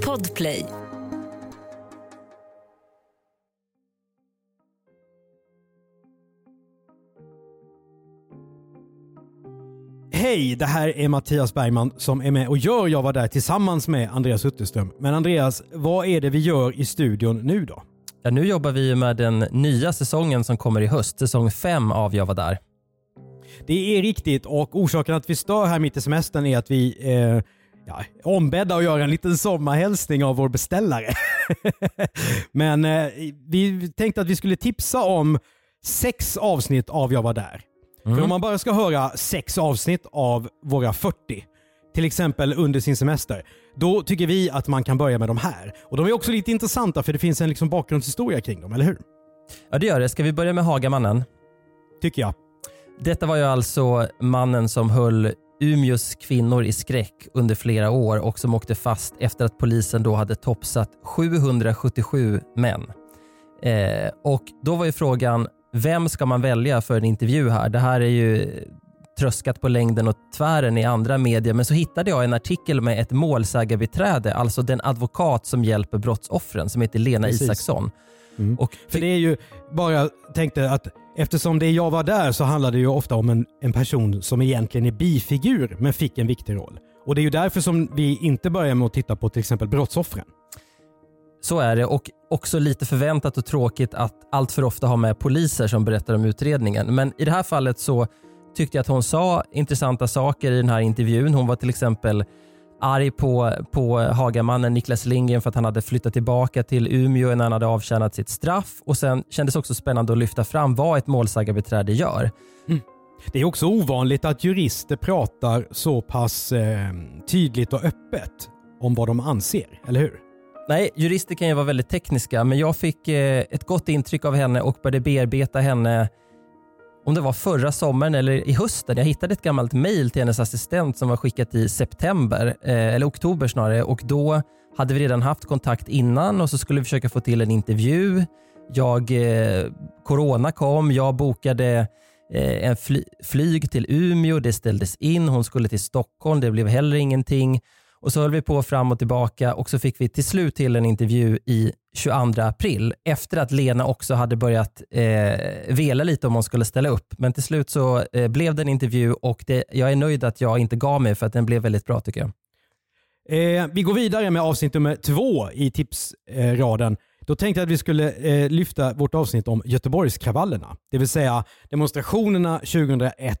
Podplay. Hej, det här är Mattias Bergman som är med och gör Jag var där tillsammans med Andreas Utterström. Men Andreas, vad är det vi gör i studion nu då? Ja, nu jobbar vi med den nya säsongen som kommer i höst, säsong 5 av Jag var där. Det är riktigt, och orsaken att vi stör här mitt i semestern är att vi är ombedda att göra en liten sommarhälsning av vår beställare. Men vi tänkte att vi skulle tipsa om 6 avsnitt av Jag var där. För om man bara ska höra 6 avsnitt av våra 40, till exempel under sin semester, då tycker vi att man kan börja med de här. Och de är också lite intressanta för det finns en liksom bakgrundshistoria kring dem, eller hur? Ja, det gör det. Ska vi börja med Hagamannen? Tycker jag. Detta var ju alltså mannen som höll Umeås kvinnor i skräck under flera år och som åkte fast efter att polisen då hade topsat 777 män. Och då var ju frågan, vem ska man välja för en intervju här? Det här är ju tröskat på längden och tvären i andra medier, men så hittade jag en artikel med ett målsägarbiträde, alltså den advokat som hjälper brottsoffren, som heter Lena Isaksson. Och för det är ju bara, tänkte att eftersom det Jag var där så handlar det ju ofta om en person som egentligen är bifigur men fick en viktig roll. Och det är ju därför som vi inte börjar med att titta på till exempel brottsoffren. Så är det, och också lite förväntat och tråkigt att allt för ofta ha med poliser som berättar om utredningen. Men i det här fallet så tyckte jag att hon sa intressanta saker i den här intervjun. Hon var till exempel arg på Hagamannen Niklas Lindgren för att han hade flyttat tillbaka till Umeå när han hade avtjänat sitt straff. Och sen kändes också spännande att lyfta fram vad ett målsägarbiträde gör. Det är också ovanligt att jurister pratar så pass tydligt och öppet om vad de anser, eller hur? Nej, jurister kan ju vara väldigt tekniska, men jag fick ett gott intryck av henne och började bearbeta henne, om det var förra sommaren eller i hösten. Jag hittade ett gammalt mejl till hennes assistent som var skickat i september, eller oktober snarare, och då hade vi redan haft kontakt innan och så skulle vi försöka få till en intervju. Corona kom, jag bokade en flyg till Umeå, det ställdes in, hon skulle till Stockholm, det blev heller ingenting. Och så höll vi på fram och tillbaka och så fick vi till slut till en intervju i 22 april efter att Lena också hade börjat vela lite om hon skulle ställa upp. Men till slut så blev det en intervju och jag är nöjd att jag inte gav mig för att den blev väldigt bra tycker jag. Vi går vidare med avsnitt nummer 2 i tipsraden. Då tänkte jag att vi skulle lyfta vårt avsnitt om Göteborgskravallerna. Det vill säga demonstrationerna 2001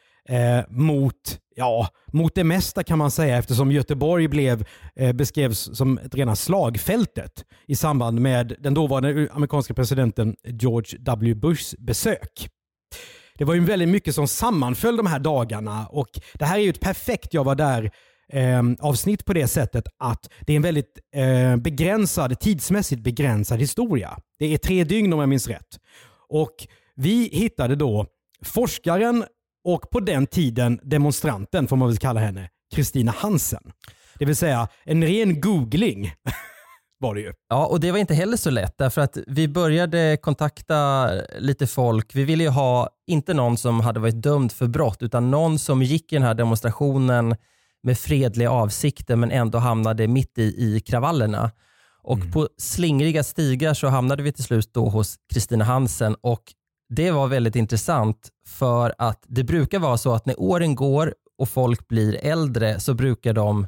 mot det mesta kan man säga, eftersom Göteborg beskrevs som ett rena slagfältet i samband med den dåvarande amerikanska presidenten George W. Bushs besök. Det var ju väldigt mycket som sammanföll de här dagarna och det här är ju ett perfekt Jag var där avsnitt på det sättet att det är en väldigt tidsmässigt begränsad historia. Det är 3 dygn om jag minns rätt. Och vi hittade då forskaren och på den tiden demonstranten, får man väl kalla henne, Kristina Hansen. Det vill säga en ren googling var det ju. Ja, och det var inte heller så lätt därför att vi började kontakta lite folk. Vi ville ju ha inte någon som hade varit dömd för brott utan någon som gick i den här demonstrationen med fredliga avsikter men ändå hamnade mitt i kravallerna. Och på slingriga stigar så hamnade vi till slut då hos Kristina Hansen och det var väldigt intressant för att det brukar vara så att när åren går och folk blir äldre så brukar de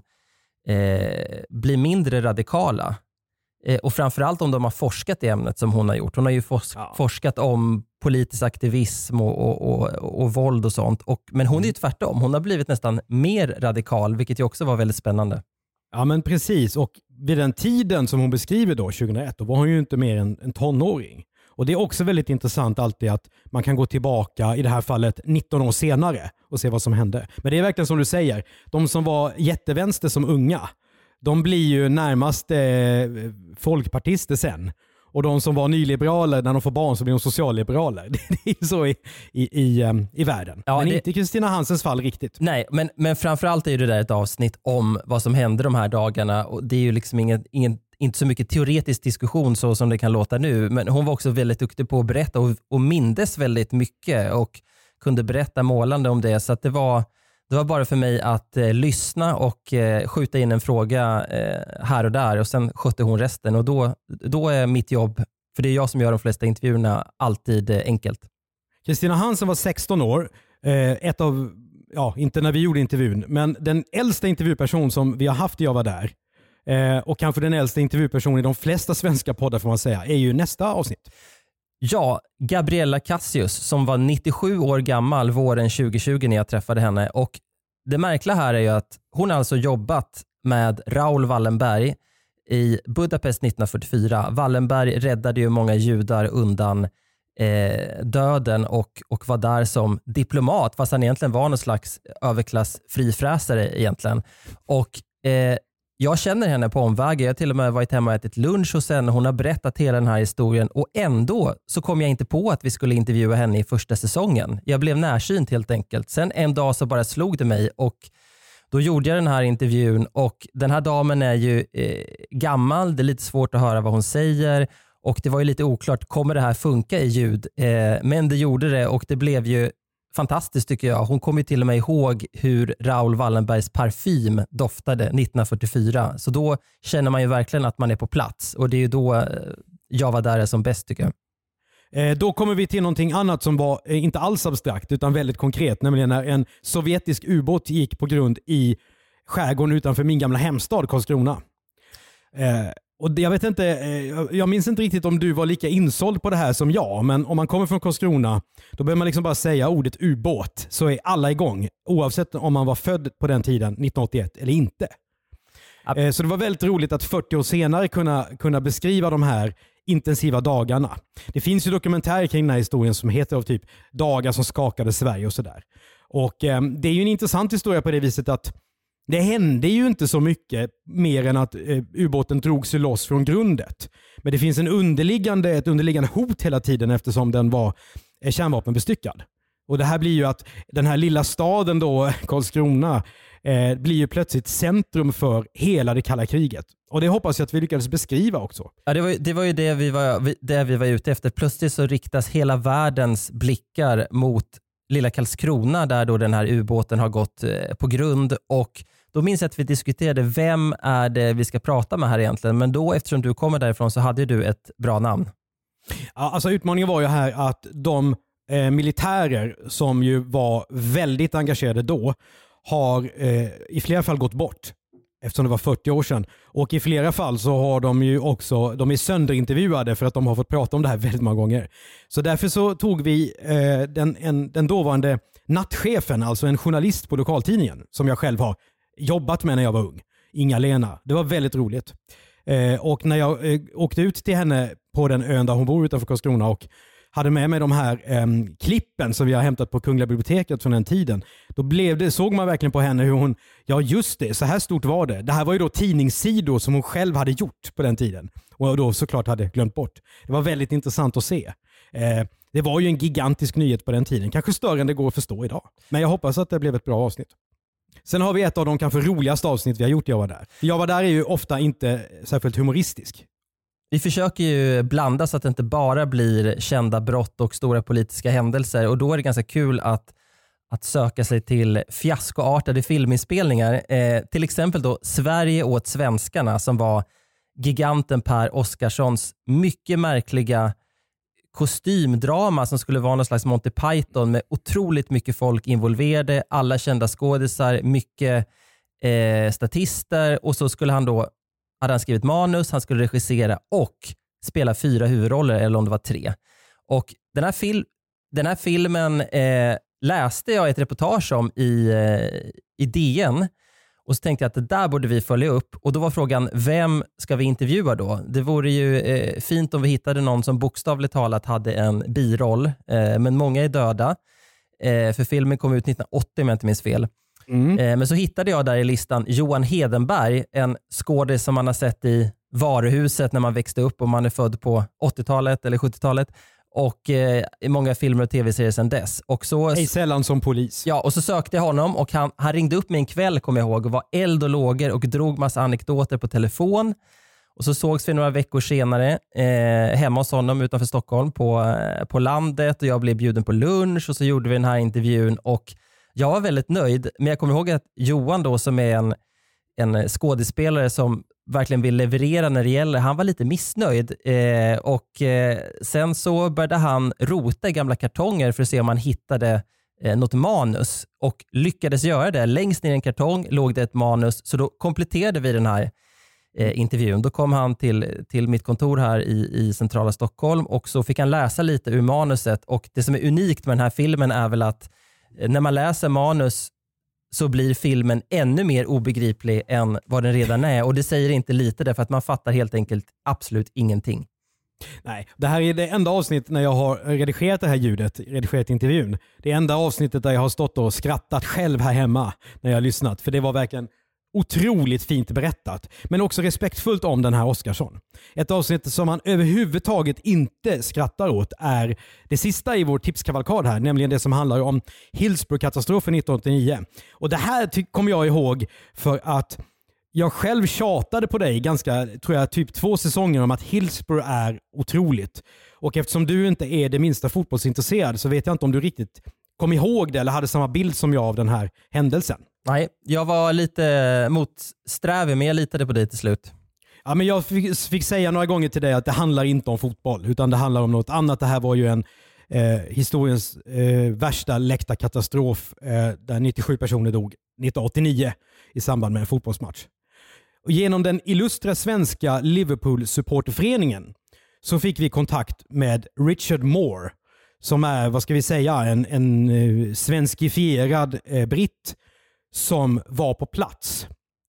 bli mindre radikala. Och framförallt om de har forskat i ämnet som hon har gjort. Hon har ju forskat om politisk aktivism och våld och sånt. Men hon är ju tvärtom. Hon har blivit nästan mer radikal, vilket ju också var väldigt spännande. Ja, men precis. Och vid den tiden som hon beskriver då, 2001, då var hon ju inte mer än en tonåring. Och det är också väldigt intressant alltid att man kan gå tillbaka, i det här fallet 19 år senare, och se vad som hände. Men det är verkligen som du säger, de som var jättevänster som unga, de blir ju närmast folkpartister sen. Och de som var nyliberaler, när de får barn så blir de socialliberaler. Det är ju så i världen. Ja, men inte i Kristina Hansens fall riktigt. Nej, men framförallt är ju det där ett avsnitt om vad som hände de här dagarna. Och det är ju liksom inte så mycket teoretisk diskussion så som det kan låta nu. Men hon var också väldigt duktig på att berätta och mindes väldigt mycket och kunde berätta målande om det. Så att det Det var bara för mig att lyssna och skjuta in en fråga här och där och sen skötte hon resten. Och då är mitt jobb, för det är jag som gör de flesta intervjuerna, alltid enkelt. Kristina Hansen var 16 år. Inte när vi gjorde intervjun, men den äldsta intervjuperson som vi har haft när jag var där, och kanske den äldsta intervjupersonen i de flesta svenska poddar får man säga, är ju nästa avsnitt. Ja, Gabriella Cassius som var 97 år gammal våren 2020 när jag träffade henne. Och det märkliga här är ju att hon alltså jobbat med Raoul Wallenberg i Budapest 1944. Wallenberg räddade ju många judar undan döden och var där som diplomat, fast han egentligen var någon slags överklass frifräsare egentligen. Och jag känner henne på omvägar. Jag har till och med varit hemma och ätit lunch hos henne. Hon har berättat hela den här historien och ändå så kom jag inte på att vi skulle intervjua henne i första säsongen. Jag blev närsynt helt enkelt. Sen en dag så bara slog det mig och då gjorde jag den här intervjun och den här damen är ju gammal. Det är lite svårt att höra vad hon säger och det var ju lite oklart, kommer det här funka i ljud? Men det gjorde det och det blev ju fantastiskt tycker jag. Hon kommer ju till och med ihåg hur Raoul Wallenbergs parfym doftade 1944. Så då känner man ju verkligen att man är på plats. Och det är ju då jag var där som bäst tycker jag. Då kommer vi till någonting annat som var inte alls abstrakt utan väldigt konkret. Nämligen när en sovjetisk ubåt gick på grund i skärgården utanför min gamla hemstad Karlskrona. Och jag vet inte, jag minns inte riktigt om du var lika insåld på det här som jag, men om man kommer från Karlskrona då behöver man liksom bara säga ordet ubåt så är alla igång, oavsett om man var född på den tiden 1981 eller inte. Så det var väldigt roligt att 40 år senare kunna beskriva de här intensiva dagarna. Det finns ju dokumentärer kring den här historien som heter av typ dagar som skakade Sverige och sådär. Och det är ju en intressant historia på det viset att det hände ju inte så mycket mer än att ubåten drog sig loss från grundet. Men det finns ett underliggande hot hela tiden eftersom den var kärnvapenbestyckad. Och det här blir ju att den här lilla staden då, Karlskrona, blir ju plötsligt centrum för hela det kalla kriget. Och det hoppas jag att vi lyckades beskriva också. Ja, det var ju det vi var ute efter. Plötsligt så riktas hela världens blickar mot lilla Karlskrona där då den här ubåten har gått på grund och då minns jag att vi diskuterade vem är det vi ska prata med här egentligen, men då eftersom du kommer därifrån så hade du ett bra namn. Ja, alltså utmaningen var ju här att de militärer som ju var väldigt engagerade då har i flera fall gått bort eftersom det var 40 år sedan. Och i flera fall så har de ju också, de är sönderintervjuade för att de har fått prata om det här väldigt många gånger. Så därför så tog vi den dåvarande nattchefen, alltså en journalist på lokaltidningen som jag själv har jobbat med när jag var ung, Inga-Lena. Det var väldigt roligt. Och när jag åkte ut till henne på den ön där hon bor utanför Karlskrona och hade med mig de här klippen som vi har hämtat på Kungliga biblioteket från den tiden. Då såg man verkligen på henne hur hon, ja just det, så här stort var det. Det här var ju då tidningssidor som hon själv hade gjort på den tiden. Och då såklart hade glömt bort. Det var väldigt intressant att se. Det var ju en gigantisk nyhet på den tiden. Kanske större än det går att förstå idag. Men jag hoppas att det blev ett bra avsnitt. Sen har vi ett av de kanske roligaste avsnitt vi har gjort Jag var där. Jag var där är ju ofta inte särskilt humoristisk. Vi försöker ju blanda så att det inte bara blir kända brott och stora politiska händelser och då är det ganska kul att söka sig till fiaskoartade filminspelningar. Till exempel då Sverige åt svenskarna som var giganten Per Oscarssons mycket märkliga kostymdrama som skulle vara någon slags Monty Python med otroligt mycket folk involverade, alla kända skådisar, mycket statister och så skulle hade han skrivit manus, han skulle regissera och spela 4 huvudroller eller om det var 3. Och den här filmen läste jag ett reportage om i DN och så tänkte jag att det där borde vi följa upp och då var frågan, vem ska vi intervjua då? Det vore ju fint om vi hittade någon som bokstavligt talat hade en biroll, men många är döda för filmen kom ut 1980 om jag inte minns fel. Men så hittade jag där i listan Johan Hedenberg, en skådis som man har sett i Varuhuset när man växte upp och man är född på 80-talet eller 70-talet och i många filmer och tv-serier sedan dess. Och så, ej sällan som polis. Ja, och så sökte jag honom och han ringde upp mig en kväll, kommer jag ihåg, och var eld och lågor och drog massa anekdoter på telefon. Och så sågs vi några veckor senare hemma hos honom utanför Stockholm på landet och jag blev bjuden på lunch och så gjorde vi den här intervjun och Jag var väldigt nöjd, men jag kommer ihåg att Johan då, som är en skådespelare som verkligen vill leverera när det gäller, han var lite missnöjd sen så började han rota i gamla kartonger för att se om han hittade något manus och lyckades göra det. Längst ner i en kartong låg det ett manus, så då kompletterade vi den här intervjun. Då kom han till mitt kontor här i centrala Stockholm och så fick han läsa lite ur manuset, och det som är unikt med den här filmen är väl att när man läser manus så blir filmen ännu mer obegriplig än vad den redan är, och det säger inte lite därför att man fattar helt enkelt absolut ingenting. Nej, det här är det enda avsnitt när jag har redigerat det här ljudet, redigerat intervjun. Det enda avsnittet där jag har stått och skrattat själv här hemma när jag har lyssnat, för det var verkligen otroligt fint berättat, men också respektfullt om den här Oscarsson. Ett avsnitt som man överhuvudtaget inte skrattar åt är det sista i vår tipskavalkad här, nämligen det som handlar om Hillsborough-katastrofen 1989. Och det här kommer jag ihåg för att jag själv tjatade på dig ganska, tror jag, typ 2 säsonger om att Hillsborough är otroligt. Och eftersom du inte är det minsta fotbollsintresserad så vet jag inte om du riktigt kom ihåg det eller hade samma bild som jag av den här händelsen. Nej, jag var lite motsträvig, men jag litade på dig till slut. Ja, men jag fick säga några gånger till dig att det handlar inte om fotboll utan det handlar om något annat. Det här var ju en historiens värsta läktarkatastrof där 97 personer dog 1989 i samband med en fotbollsmatch. Och genom den illustra svenska Liverpool-supporterföreningen så fick vi kontakt med Richard Moore som är, vad ska vi säga, en svenskifierad britt som var på plats.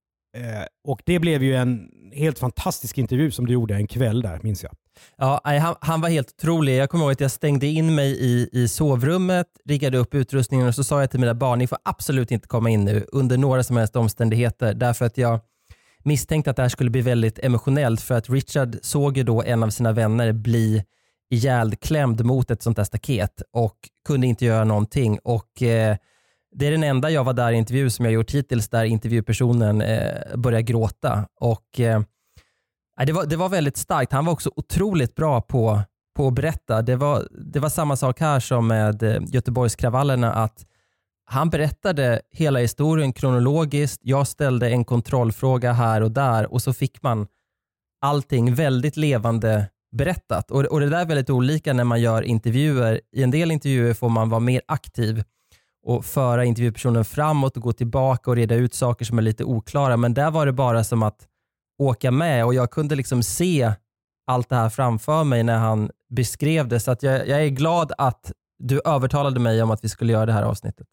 Och det blev ju en helt fantastisk intervju som du gjorde en kväll där, minns jag. Ja, han var helt otrolig. Jag kommer ihåg att jag stängde in mig i sovrummet, riggade upp utrustningen och så sa jag till mina barn, ni får absolut inte komma in nu under några som helst omständigheter, därför att jag misstänkte att det här skulle bli väldigt emotionellt, för att Richard såg ju då en av sina vänner bli ihjälklämd mot ett sånt där staket och kunde inte göra någonting. Och det är den enda jag var där i intervju som jag gjort hittills där intervjupersonen började gråta. Och det var väldigt starkt. Han var också otroligt bra på att berätta. Det var samma sak här som med Göteborgskravallerna, att han berättade hela historien kronologiskt. Jag ställde en kontrollfråga här och där och så fick man allting väldigt levande berättat. Och det där är väldigt olika när man gör intervjuer. I en del intervjuer får man vara mer aktiv och föra intervjupersonen framåt och gå tillbaka och reda ut saker som är lite oklara. Men där var det bara som att åka med och jag kunde liksom se allt det här framför mig när han beskrev det. Så att jag är glad att du övertalade mig om att vi skulle göra det här avsnittet.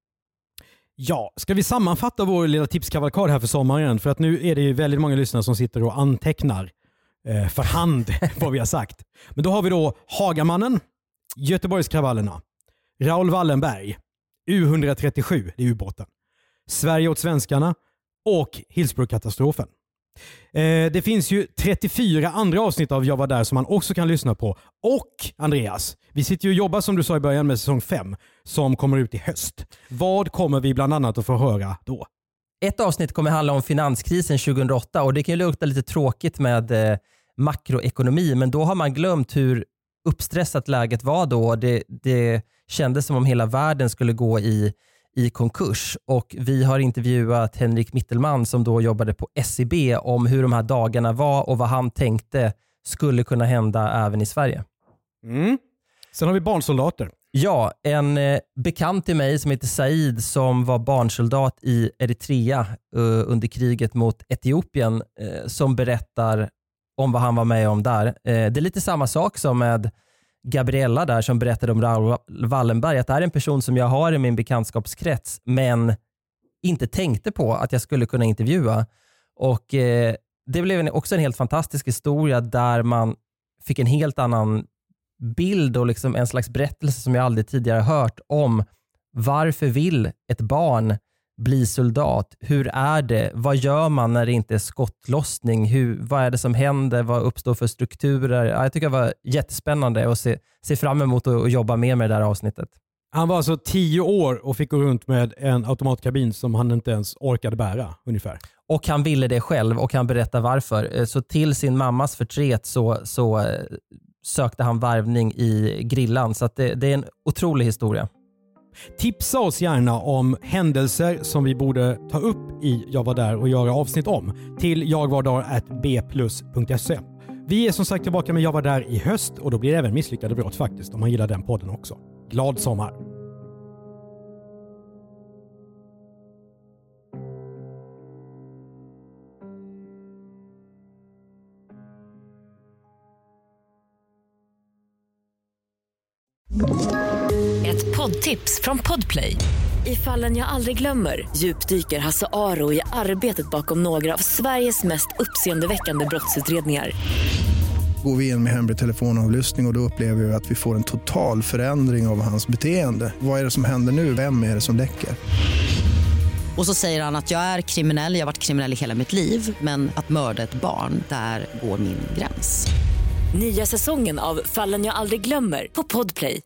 Ja, ska vi sammanfatta vår lilla tipskavalkad här för sommaren? För att nu är det ju väldigt många lyssnare som sitter och antecknar för hand vad vi har sagt. Men då har vi då Hagamannen, Göteborgskravallerna, Raoul Wallenberg, U137, det är ubåten, Sverige åt svenskarna och Hillsborough-katastrofen. Det finns ju 34 andra avsnitt av Jag var där som man också kan lyssna på. Och Andreas, vi sitter ju och jobbar som du sa i början med säsong 5 som kommer ut i höst. Vad kommer vi bland annat att få höra då? Ett avsnitt kommer handla om finanskrisen 2008 och det kan ju lukta lite tråkigt med makroekonomi, men då har man glömt hur uppstressat läget var då. Det kändes som om hela världen skulle gå i konkurs, och vi har intervjuat Henrik Mittelman som då jobbade på SEB om hur de här dagarna var och vad han tänkte skulle kunna hända även i Sverige. Sen har vi barnsoldater. Ja, en bekant till mig som heter Said som var barnsoldat i Eritrea under kriget mot Etiopien som berättar om vad han var med om där. Det är lite samma sak som med Gabriella där som berättade om Raoul Wallenberg, att det är en person som jag har i min bekantskapskrets men inte tänkte på att jag skulle kunna intervjua. Och det blev också en helt fantastisk historia där man fick en helt annan bild och liksom en slags berättelse som jag aldrig tidigare hört om varför vill ett barn bli soldat? Hur är det? Vad gör man när det inte är skottlossning? Vad är det som händer? Vad uppstår för strukturer? Jag tycker det var jättespännande att se fram emot att jobba mer med det här avsnittet. Han var alltså 10 år och fick gå runt med en automatkabin som han inte ens orkade bära ungefär. Och han ville det själv och han berättar varför. Så till sin mammas förtret så sökte han varvning i grillan. Så att det är en otrolig historia. Tipsa oss gärna om händelser som vi borde ta upp i Jag var där och göra avsnitt om till jagvardar@bplus.se. Vi är som sagt tillbaka med Jag var där i höst och då blir det även Misslyckade brott faktiskt om man gillar den podden också. Glad sommar! Ett poddtips från Podplay. I Fallen jag aldrig glömmer djupdyker Hasse Aro i arbetet bakom några av Sveriges mest uppseendeväckande brottsutredningar. Går vi in med hemlig telefonavlyssning och då upplever vi att vi får en total förändring av hans beteende. Vad är det som händer nu? Vem är det som läcker? Och så säger han att jag är kriminell, jag har varit kriminell i hela mitt liv. Men att mörda ett barn, där går min gräns. Nya säsongen av Fallen jag aldrig glömmer på Podplay.